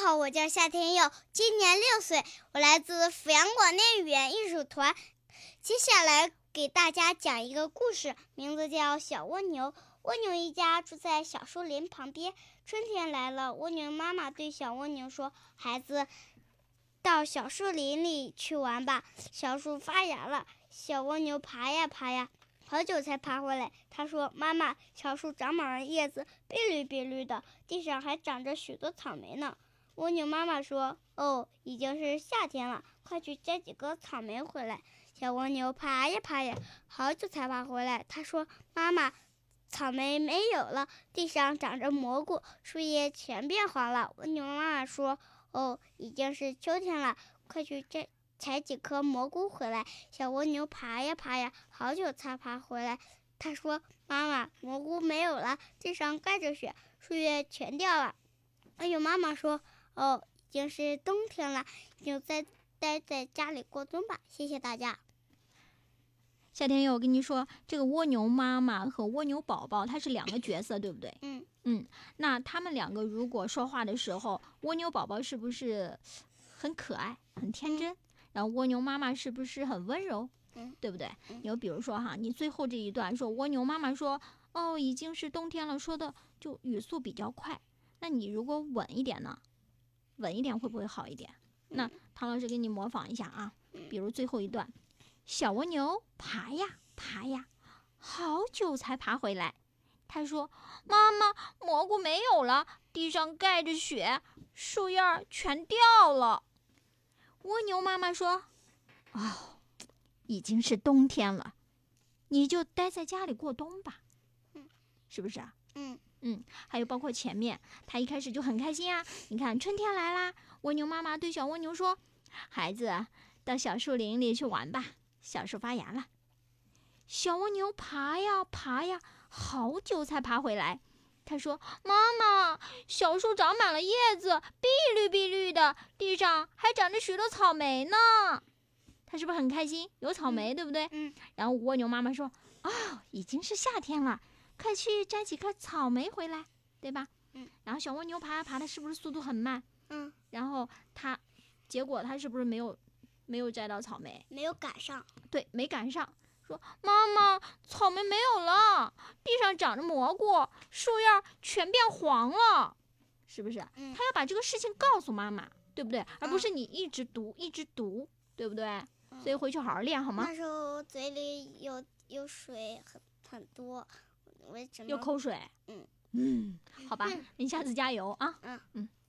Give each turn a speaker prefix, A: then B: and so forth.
A: 好，我叫夏天佑，今年6岁，我来自阜阳广电语言艺术团。接下来给大家讲一个故事，名字叫《小蜗牛》。蜗牛一家住在小树林旁边。春天来了，蜗牛妈妈对小蜗牛说：“孩子，到小树林里去玩吧。”小树发芽了，小蜗牛爬呀爬呀，好久才爬回来。他说：“妈妈，小树长满了叶子，碧绿碧绿的，地上还长着许多草莓呢。”蜗牛妈妈说：“哦，已经是夏天了，快去摘几个草莓回来。”小蜗牛爬呀爬呀，好久才爬回来。他说：“妈妈，草莓没有了，地上长着蘑菇，树叶全变黄了。”蜗牛妈妈说：“哦，已经是秋天了，快去采几颗蘑菇回来。”小蜗牛爬呀爬呀，好久才爬回来。他说：“妈妈，蘑菇没有了，地上盖着雪，树叶全掉了。”蜗牛妈妈说：“哦，已经是冬天了，你就待在家里过冬吧。”谢谢大家。
B: 夏天佑，我跟你说，这个蜗牛妈妈和蜗牛宝宝，它是两个角色，对不对？那他们两个如果说话的时候，蜗牛宝宝是不是很可爱、很天真？然后蜗牛妈妈是不是很温柔？对不对？你比如说哈，你最后这一段说蜗牛妈妈说：“哦，已经是冬天了”，说的就语速比较快。那你如果稳一点呢？稳一点会不会好一点？那唐老师给你模仿一下啊，比如最后一段。小蜗牛爬呀爬呀，好久才爬回来。他说：“妈妈，蘑菇没有了，地上盖着雪，树叶全掉了。”蜗牛妈妈说：“哦，已经是冬天了，你就待在家里过冬吧。”是不是啊？还有包括前面，他一开始就很开心啊。你看，春天来啦，蜗牛妈妈对小蜗牛说：“孩子，到小树林里去玩吧。”小树发芽了，小蜗牛爬呀爬呀，好久才爬回来。他说：“妈妈，小树长满了叶子，碧绿碧绿的，地上还长着许多草莓呢。”他是不是很开心？有草莓，对不对？然后蜗牛妈妈说：“哦，已经是夏天了，快去摘几颗草莓回来，对吧？”然后小蜗牛爬呀爬，它是不是速度很慢？然后结果它是不是没有摘到草莓？
A: 没有赶上。
B: 对，没赶上。说：“妈妈，草莓没有了，地上长着蘑菇，树叶全变黄了。”是不是？他要把这个事情告诉妈妈，对不对？而不是你一直读，对不对？所以回去好好练，好吗？
A: 那时候嘴里有水很多，我只能
B: 有口水。好吧，你下次加油啊。